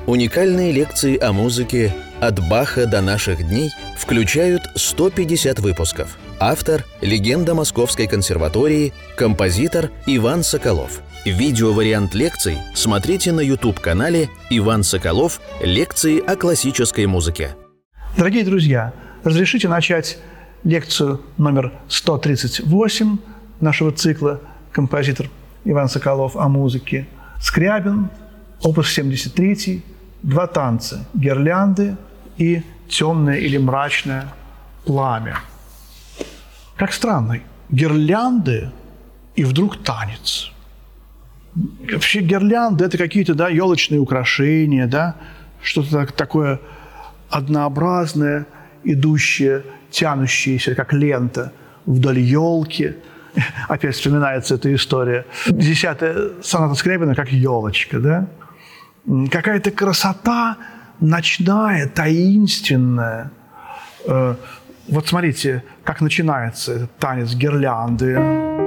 Уникальные лекции о музыке «От Баха до наших дней» включают 150 выпусков. Автор – легенда Московской консерватории, композитор Иван Соколов. Видеовариант лекций смотрите на YouTube-канале «Иван Соколов. Лекции о классической музыке». Дорогие друзья, разрешите начать лекцию номер 138 нашего цикла «Композитор Иван Соколов о музыке». Скрябин, опус 73, два танца – гирлянды и темное или мрачное пламя. Как странно, гирлянды и вдруг танец. Вообще гирлянды – это какие-то, елочные украшения, что-то такое однообразное, идущее, тянущееся, как лента, вдоль елки. Опять вспоминается эта история. 10-я соната Скрябина как елочка, Какая-то красота ночная, таинственная. Вот смотрите, как начинается этот танец гирлянды.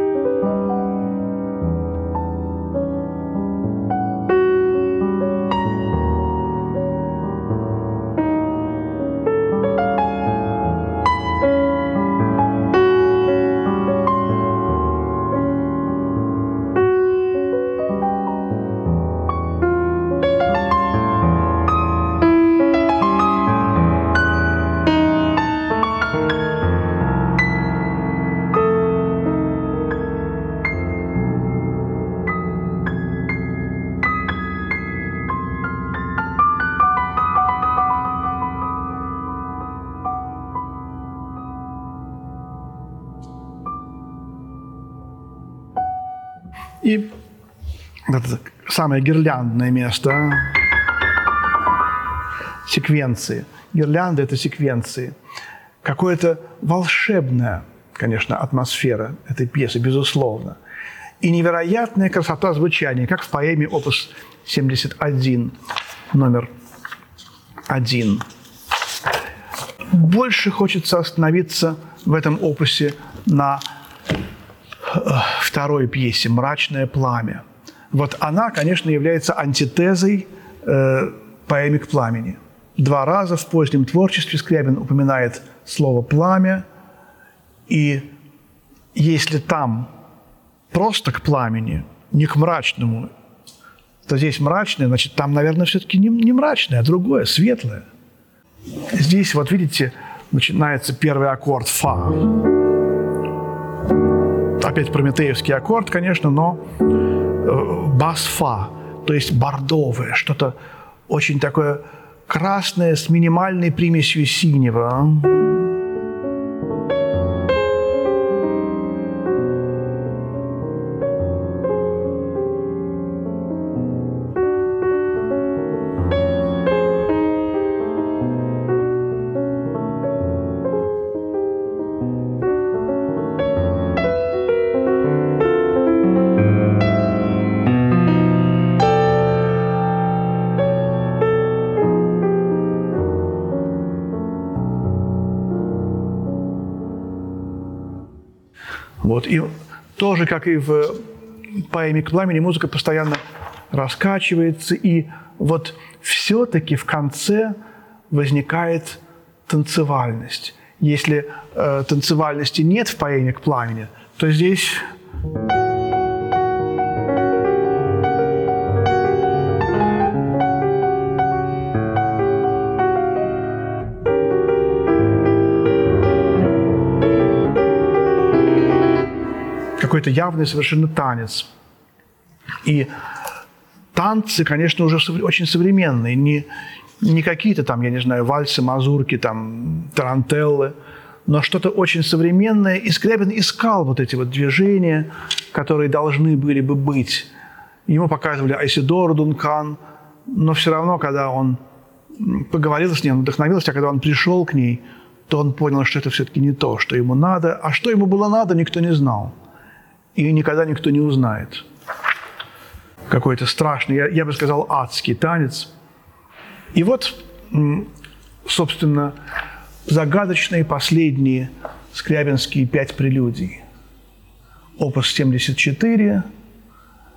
И это самое гирляндное место – секвенции. Гирлянды – это секвенции. Какая-то волшебная, конечно, атмосфера этой пьесы, безусловно. И невероятная красота звучания, как в поэме опус 71, номер 1. Больше хочется остановиться в этом опусе на второй пьесе «Мрачное пламя». Вот она, конечно, является антитезой поэме «К пламени». 2 раза в позднем творчестве Скрябин упоминает слово «пламя», и если там просто к пламени, не к мрачному, то здесь мрачное, значит, там, наверное, все-таки не мрачное, а другое, светлое. Здесь, вот видите, начинается первый аккорд «фа». Опять прометеевский аккорд, конечно, но бас-фа, то есть бордовое, что-то очень такое красное с минимальной примесью синего. Вот. И тоже, как и в поэме «К пламени», музыка постоянно раскачивается, и вот все-таки в конце возникает танцевальность. Если танцевальности нет в поэме «К пламени», то здесь какой-то явный совершенно танец. И танцы, конечно, уже очень современные, не какие-то там, я не знаю, вальсы, мазурки, там, тарантеллы, но что-то очень современное. И Скрябин искал вот эти вот движения, которые должны были бы быть. Ему показывали Айседору Дункан, но все равно, когда он поговорил с ней, он вдохновился, а когда он пришел к ней, то он понял, что это все-таки не то, что ему надо. А что ему было надо, никто не знал. И никогда никто не узнает. Какой-то страшный, я бы сказал, адский танец. И вот, собственно, загадочные последние скрябинские 5 прелюдий. Опус 74,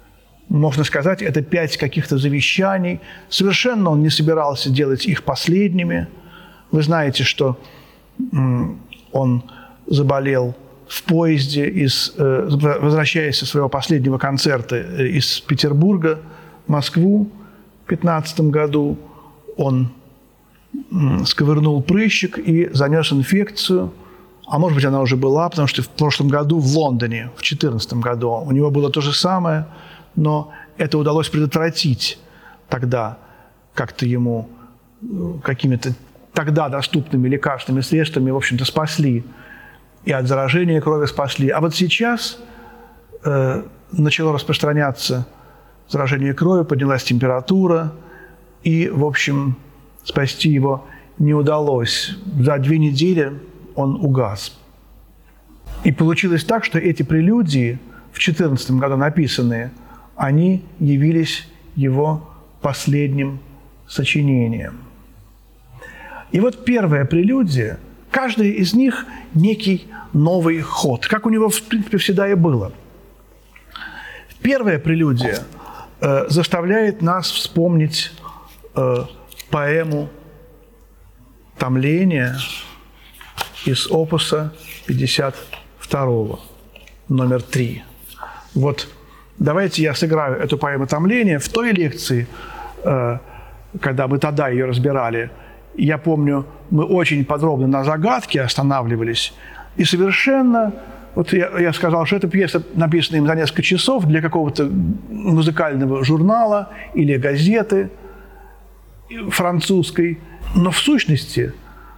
можно сказать, это 5 каких-то завещаний. Совершенно он не собирался делать их последними. Вы знаете, что он заболел в поезде, возвращаясь со своего последнего концерта из Петербурга в Москву в 2015 году. Он сковырнул прыщик и занес инфекцию. А может быть, она уже была, потому что в прошлом году в Лондоне, в 2014 году, у него было то же самое, но это удалось предотвратить тогда как-то ему какими-то тогда доступными лекарственными средствами, в общем-то, спасли. И от заражения крови спасли. А вот сейчас начало распространяться заражение крови, поднялась температура, и, в общем, спасти его не удалось. За 2 недели он угас. И получилось так, что эти прелюдии, в 2014 году написанные, они явились его последним сочинением. И вот первая прелюдия, каждая из них некий новый ход, как у него, в принципе, всегда и было. Первая прелюдия заставляет нас вспомнить поэму «Томление» из опуса 52, номер 3. Вот давайте я сыграю эту поэму «Томление». В той лекции, когда мы тогда ее разбирали, я помню, мы очень подробно на загадке останавливались, и совершенно, вот я сказал, что эта пьеса написана им за несколько часов для какого-то музыкального журнала или газеты французской, но в сущности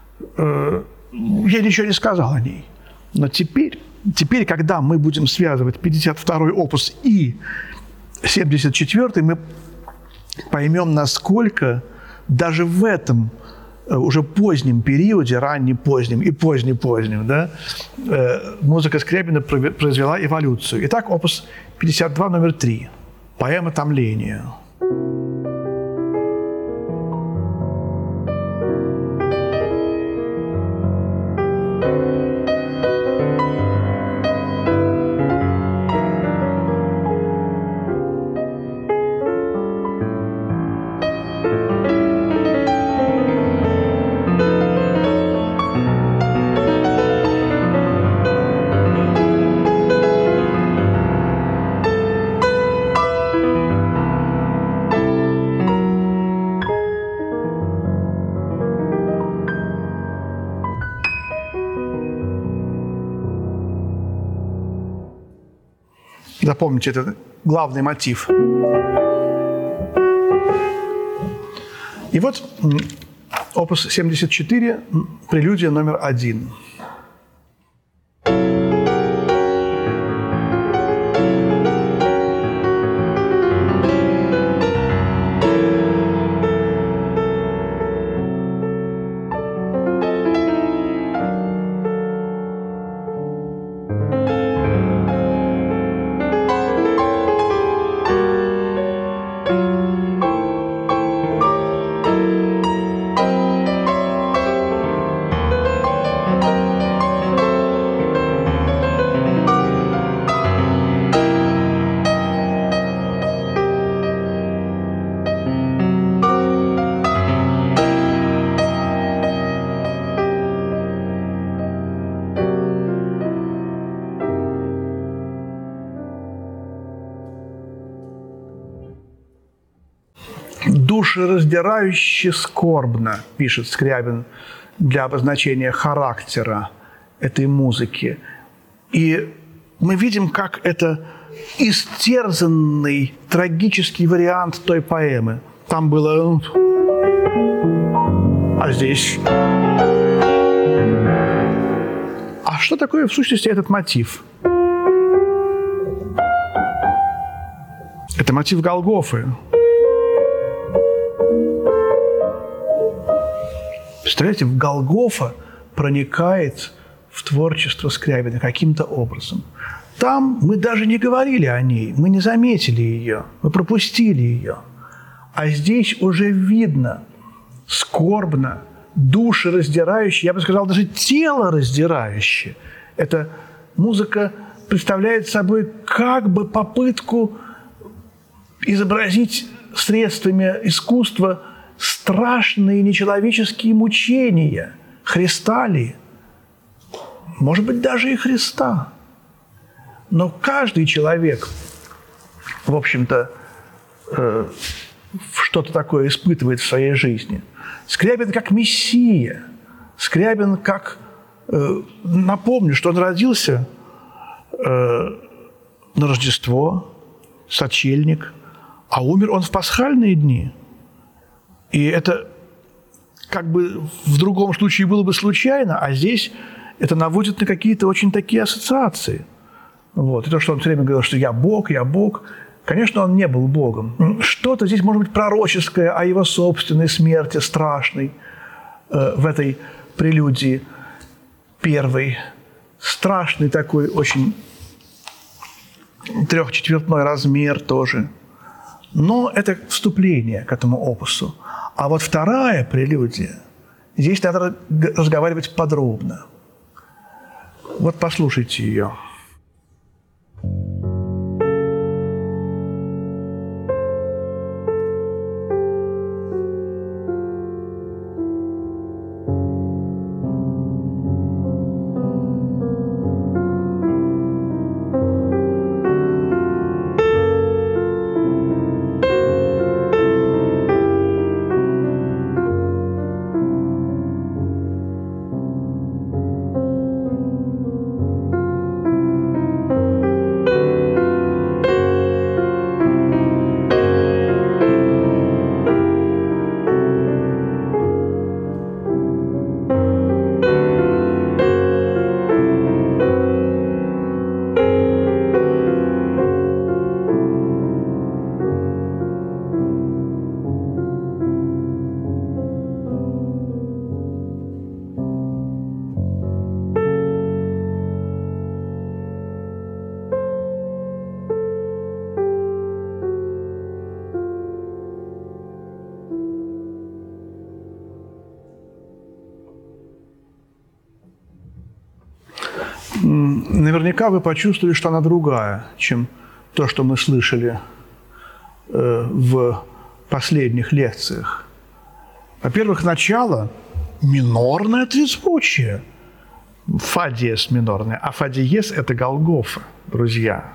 я ничего не сказал о ней. Но теперь, когда мы будем связывать 52-й опус и 74-й, мы поймем, насколько даже в этом уже позднем периоде, раннепозднем и позднепозднем, да, музыка Скрябина произвела эволюцию. Итак, опус 52, номер 3. Поэма «Томление». Запомните, это главный мотив. И вот опус 74, прелюдия номер 1. Душераздирающе скорбно, пишет Скрябин для обозначения характера этой музыки. И мы видим, как это истерзанный, трагический вариант той поэмы. Там было... А здесь... А что такое, в сущности, этот мотив? Это мотив Голгофы. Представляете, Голгофа проникает в творчество Скрябина каким-то образом. Там мы даже не говорили о ней, мы не заметили ее, мы пропустили ее. А здесь уже видно, скорбно, душераздирающе, я бы сказал, даже телораздирающе. Эта музыка представляет собой как бы попытку изобразить средствами искусства страшные нечеловеческие мучения Христа ли? Может быть, даже и Христа. Но каждый человек, в общем-то, что-то такое испытывает в своей жизни. Скрябин как Мессия. Скрябин как... напомню, что он родился на Рождество, сочельник, а умер он в пасхальные дни. И это как бы в другом случае было бы случайно, а здесь это наводит на какие-то очень такие ассоциации. Вот. И то, что он все время говорил, что я Бог, конечно, он не был Богом. Что-то здесь может быть пророческое о его собственной смерти, страшной, в этой прелюдии первой. Страшный такой очень трехчетвертной размер тоже. Но это вступление к этому опусу. А вот вторая прелюдия, здесь надо разговаривать подробно. Вот послушайте ее. Наверняка вы почувствовали, что она другая, чем то, что мы слышали в последних лекциях. Во-первых, начало минорное трезвучие. Фа диез минорное, а фа диез – это Голгофа, друзья.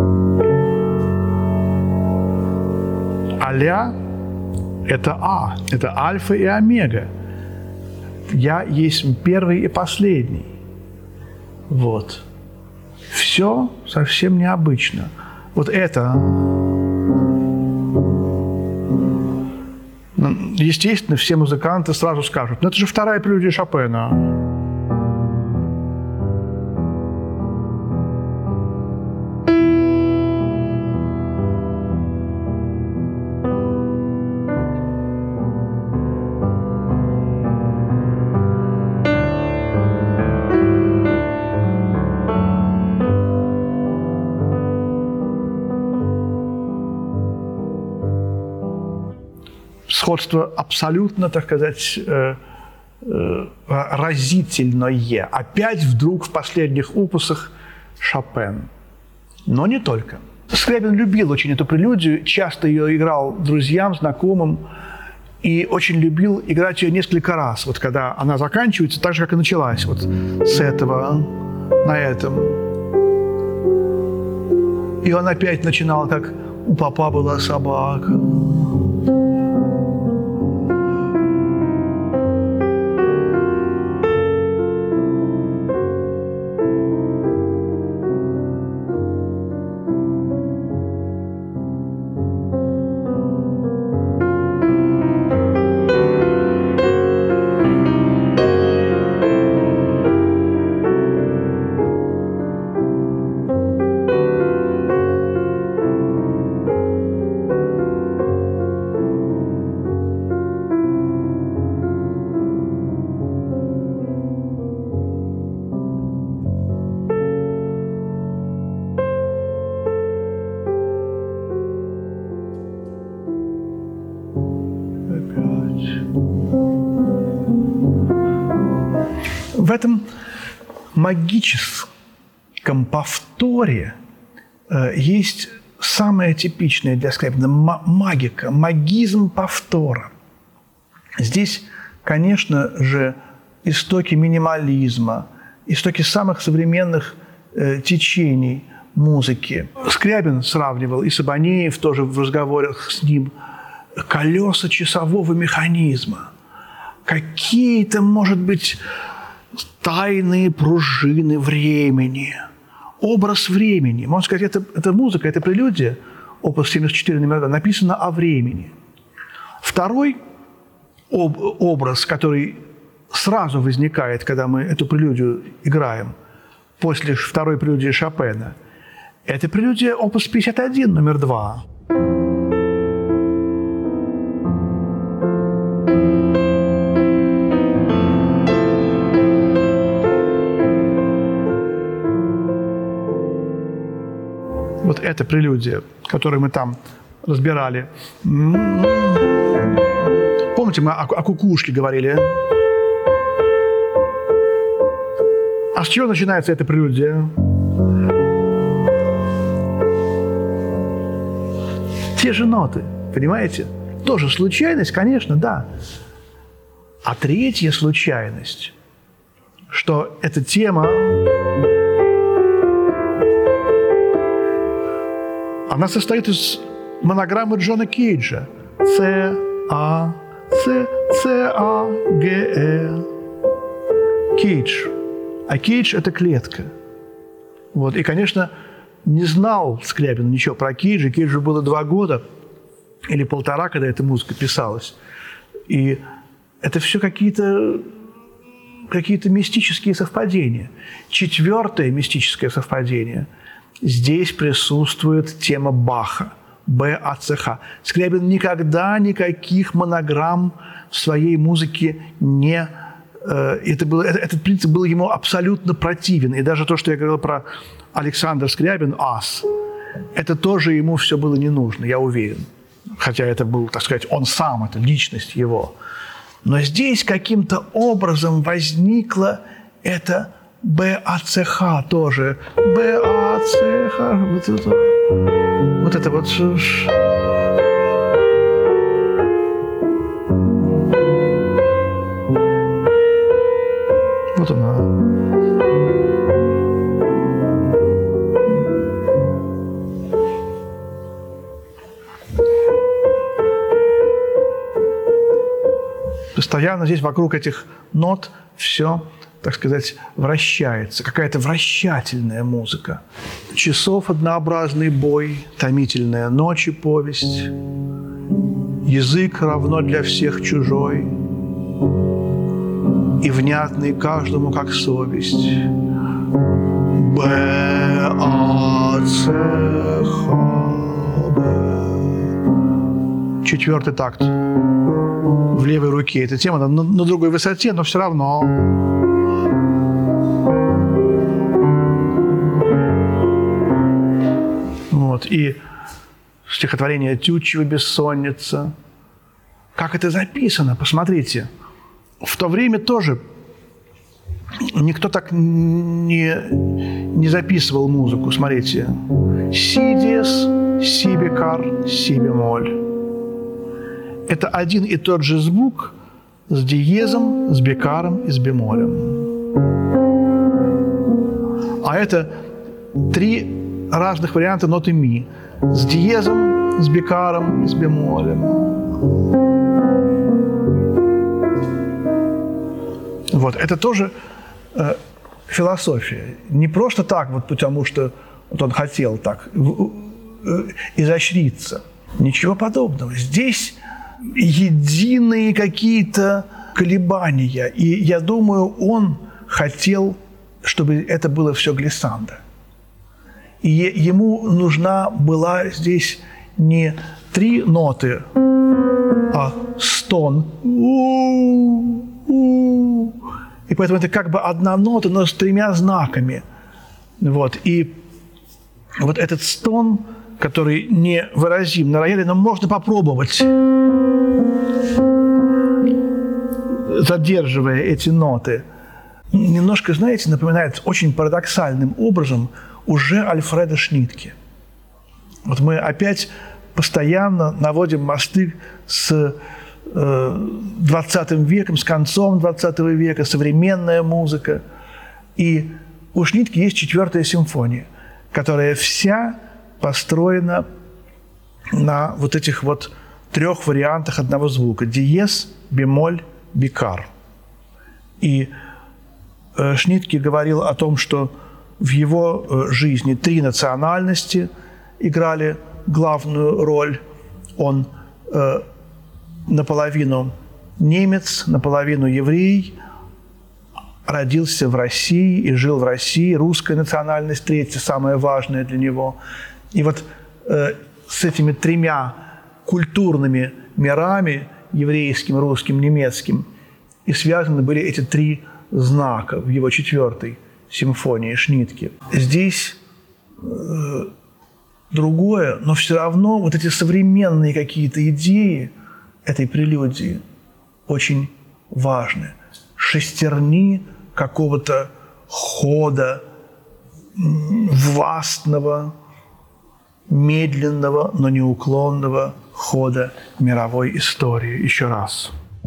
А ля – это А, это альфа и омега. Я есть первый и последний. Вот. Все совсем необычно. Вот это, естественно, все музыканты сразу скажут, ну это же вторая прелюдия Шопена. Сходство абсолютно, так сказать, разительное. Опять вдруг в последних опусах Шопен. Но не только. Скрябин любил очень эту прелюдию, часто ее играл друзьям, знакомым, и очень любил играть ее несколько раз. Вот когда она заканчивается, так же, как и началась. Вот с этого на этом. И он опять начинал, как у папа была собака. В этом магическом повторе есть самое типичное для Скрябина – магика, магизм повтора. Здесь, конечно же, истоки минимализма, истоки самых современных течений музыки. Скрябин сравнивал, и Сабанеев тоже в разговорах с ним, колеса часового механизма, какие-то, может быть, тайные пружины времени, образ времени. Можно сказать, это музыка, это прелюдия, опус 74 номер 2, написана о времени. Второй образ, который сразу возникает, когда мы эту прелюдию играем, после второй прелюдии Шопена, это прелюдия опус 51 номер 2. Вот эта прелюдия, которую мы там разбирали. Помните, мы о кукушке говорили? А с чего начинается эта прелюдия? Те же ноты, понимаете? Тоже случайность, конечно, да. А третья случайность, что эта тема, она состоит из монограммы Джона Кейджа. С-А, Г-Э. Кейдж. А Кейдж – это клетка. Вот. И, конечно, не знал Скрябин ничего про Кейджа. Кейджу было 2 года или 1,5, когда эта музыка писалась. И это все какие-то мистические совпадения. 4-е мистическое совпадение. Здесь присутствует тема Баха, Б-А-Ц-Х. Скрябин никогда никаких монограмм в своей музыке не... Этот принцип был ему абсолютно противен. И даже то, что я говорил про Александр Скрябин, ас, это тоже ему все было не нужно, я уверен. Хотя это был, так сказать, он сам, это личность его. Но здесь каким-то образом возникла эта Б-А-Ц-Х тоже. Б-А-Ц-Х. Вот это вот. Вот она. Постоянно здесь вокруг этих нот все, так сказать, вращается. Какая-то вращательная музыка. Часов однообразный бой, томительная ночь и повесть. Язык равно для всех чужой. И внятный каждому, как совесть. Б-А-Ц-Х. 4-й такт в левой руке. Эта тема на другой высоте, но все равно. Вот. И стихотворение Тютчева «Бессонница». Как это записано, посмотрите. В то время тоже никто так не записывал музыку. Смотрите. Си диез, си бекар, си бемоль. Это один и тот же звук с диезом, с бекаром и с бемолем. А это 3 разных варианта ноты ми. С диезом, с бекаром и с бемолем. Вот, это тоже философия. Не просто так, вот потому что вот он хотел так изощриться. Ничего подобного. Здесь единые какие-то колебания. И я думаю, он хотел, чтобы это было все глиссандо. И ему нужна была здесь не 3 ноты, а стон. И поэтому это как бы одна нота, но с 3 знаками. Вот. И вот этот стон, который невыразим на рояле, но можно попробовать, задерживая эти ноты. Немножко, знаете, напоминает очень парадоксальным образом уже Альфреда Шнитке. Вот мы опять постоянно наводим мосты с 20 веком, с концом 20 века, современная музыка. И у Шнитке есть 4-я симфония, которая вся построена на вот этих вот 3 вариантах одного звука – диез, бемоль, бикар. И Шнитке говорил о том, что в его жизни 3 национальности играли главную роль. Он наполовину немец, наполовину еврей, родился в России и жил в России. Русская национальность, 3-я, самая важная для него. И вот с этими 3 культурными мирами, еврейским, русским, немецким, и связаны были эти 3 знака в его 4-й симфонии Шнитке. Здесь другое, но все равно вот эти современные какие-то идеи этой прелюдии очень важны. Шестерни какого-то хода властного, медленного, но неуклонного хода мировой истории. Еще раз.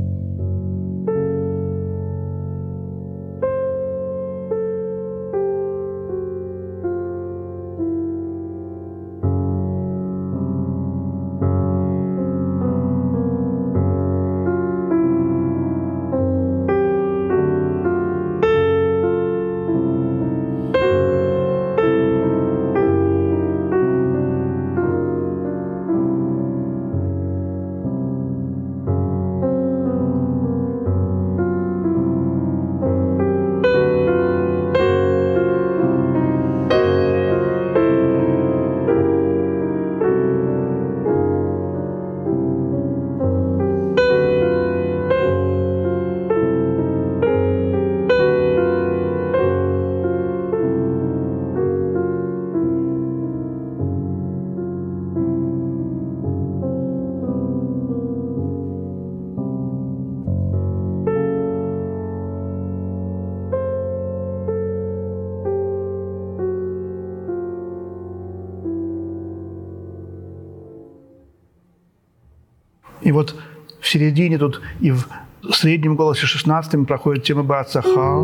И вот в середине тут и в среднем голосе 16-м проходит тема Бацаха.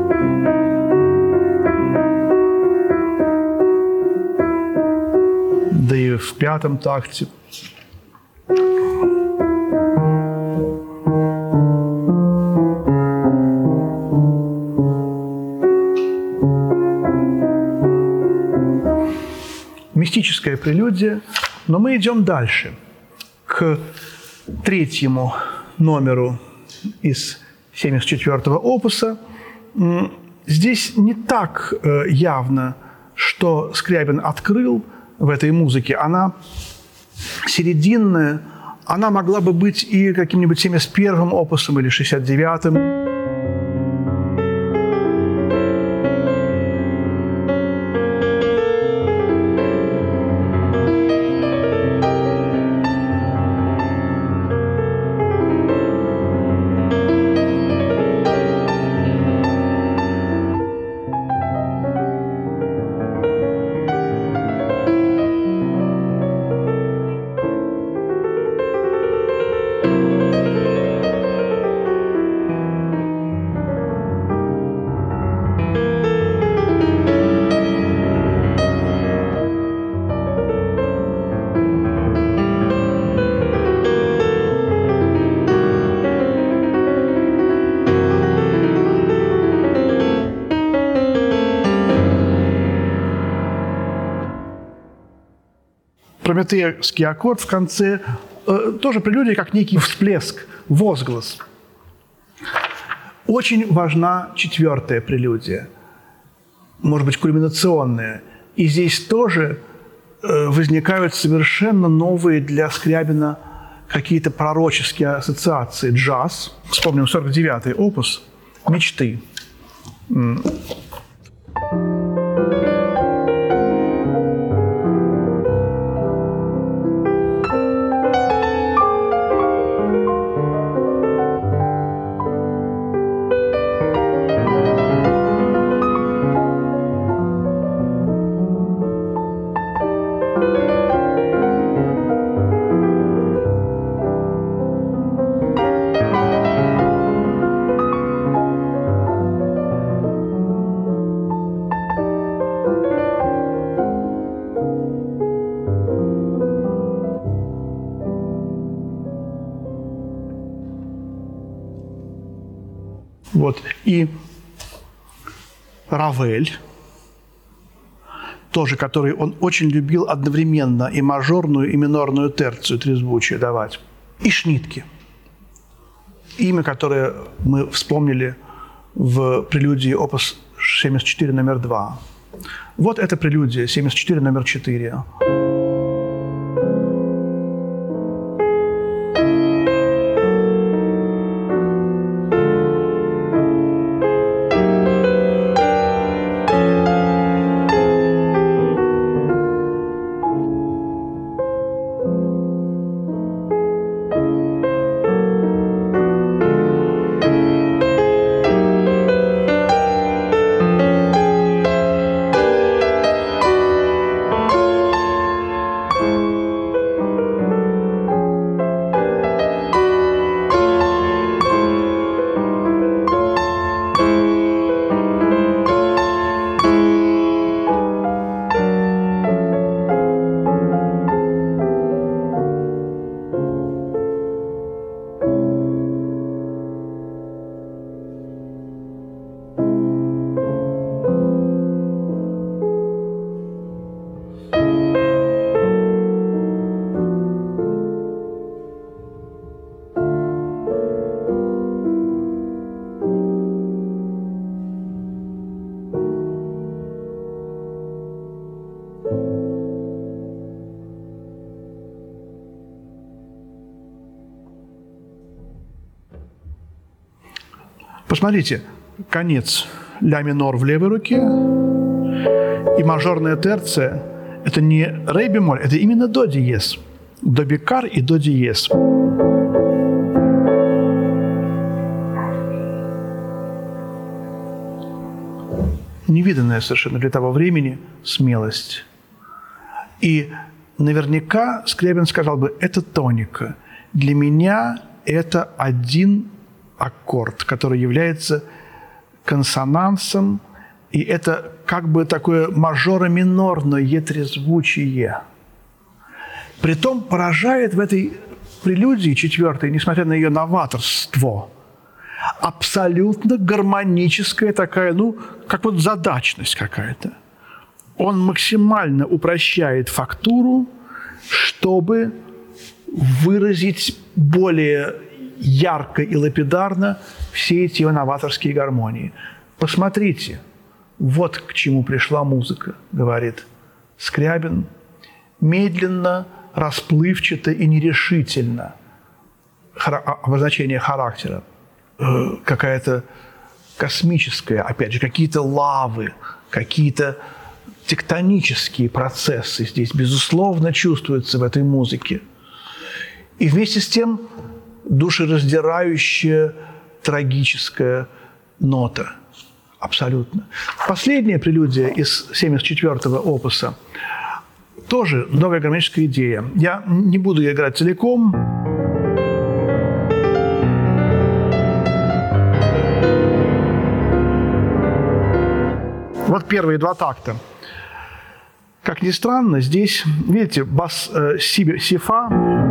Да и в 5-м такте. Мистическая прелюдия, но мы идем дальше, к 3-му номеру из 74-го опуса. Здесь не так явно, что Скрябин открыл в этой музыке. Она серединная, она могла бы быть и каким-нибудь 71-м опусом или 69-м. Прометеевский аккорд в конце, тоже прелюдия, как некий всплеск, возглас. Очень важна 4-я прелюдия, может быть, кульминационная. И здесь тоже возникают совершенно новые для Скрябина какие-то пророческие ассоциации. Джаз, вспомним 49-й опус, «Мечты». Вот. И Равель, тоже, который он очень любил одновременно и мажорную, и минорную терцию, трезвучие давать. И Шнитке. Имя, которое мы вспомнили в прелюдии опус 74 номер 2. Вот эта прелюдия 74 номер 4. Посмотрите, конец ля минор в левой руке и мажорная терция – это не ре бемоль, это именно до диез. До бикар и до диез. Невиданная совершенно для того времени смелость. И наверняка Скрябин сказал бы, это тоника. Для меня это один аккорд, который является консонансом, и это как бы такое мажоро-минорное трезвучие. Притом поражает в этой прелюдии четвертой, несмотря на ее новаторство, абсолютно гармоническая такая, как вот задачность какая-то. Он максимально упрощает фактуру, чтобы выразить более ярко и лапидарно все эти новаторские гармонии. Посмотрите, вот к чему пришла музыка, говорит Скрябин, медленно, расплывчато и нерешительно. Обозначение характера. Какая-то космическая, опять же, какие-то лавы, какие-то тектонические процессы здесь, безусловно, чувствуются в этой музыке. И вместе с тем душераздирающая, трагическая нота. Абсолютно. Последняя прелюдия из 74-го опуса тоже новая гармоническая идея. Я не буду ее играть целиком. Вот первые два такта. Как ни странно, здесь, видите, бас си-фа,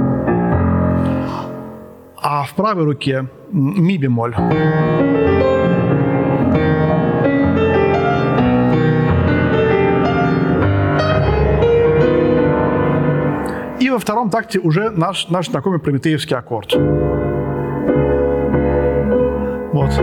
а в правой руке ми-бемоль. И во втором такте уже наш знакомый прометеевский аккорд. Вот.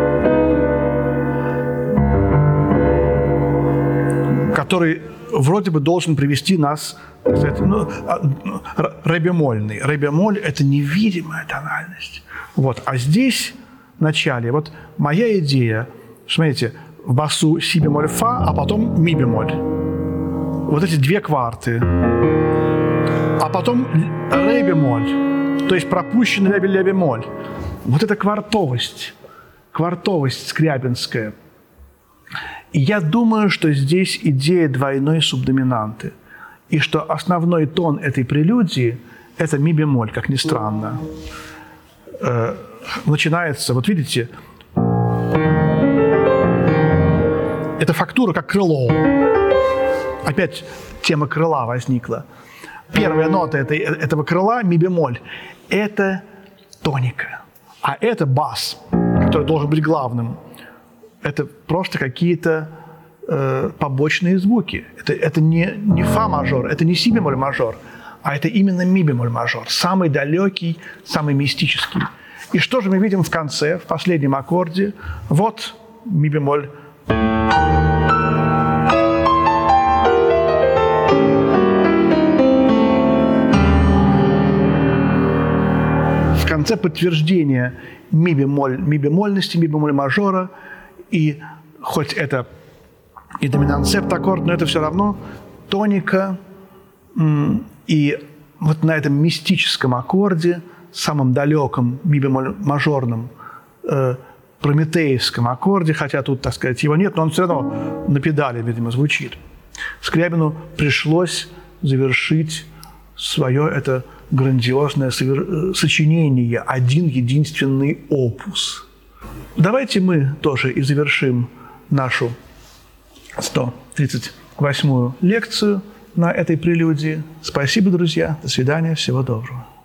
Который вроде бы должен привести нас, так сказать, ре-бемольный. Ре-бемоль – это невидимая тональность. Вот. А здесь, в начале, вот моя идея, смотрите, в басу си-бемоль-фа, а потом ми-бемоль. Вот эти две кварты. А потом ре-бемоль, то есть пропущенный ля-бемоль. Вот это квартовость скрябинская. И я думаю, что здесь идея двойной субдоминанты. И что основной тон этой прелюдии – это ми-бемоль, как ни странно. Начинается, вот видите, это фактура как крыло. Опять тема крыла возникла. Первая нота этого крыла – ми-бемоль. Это тоника, а это бас. который должен быть главным, это просто какие-то побочные звуки. Это не фа-мажор, это не си-бемоль-мажор, а это именно ми-бемоль-мажор, самый далекий, самый мистический. И что же мы видим в конце, в последнем аккорде? Вот ми-бемоль. В конце подтверждение ми-бемольности, ми-бемоль-мажора, и хоть это и доминант септаккорд, но это все равно тоника. И вот на этом мистическом аккорде, самом далеком ми-бемоль-мажорном прометеевском аккорде, хотя тут, так сказать, его нет, но он все равно на педали, видимо, звучит. Скрябину пришлось завершить свое это грандиозное сочинение, один единственный опус. Давайте мы тоже и завершим нашу 138-ю лекцию на этой прелюдии. Спасибо, друзья. До свидания. Всего доброго.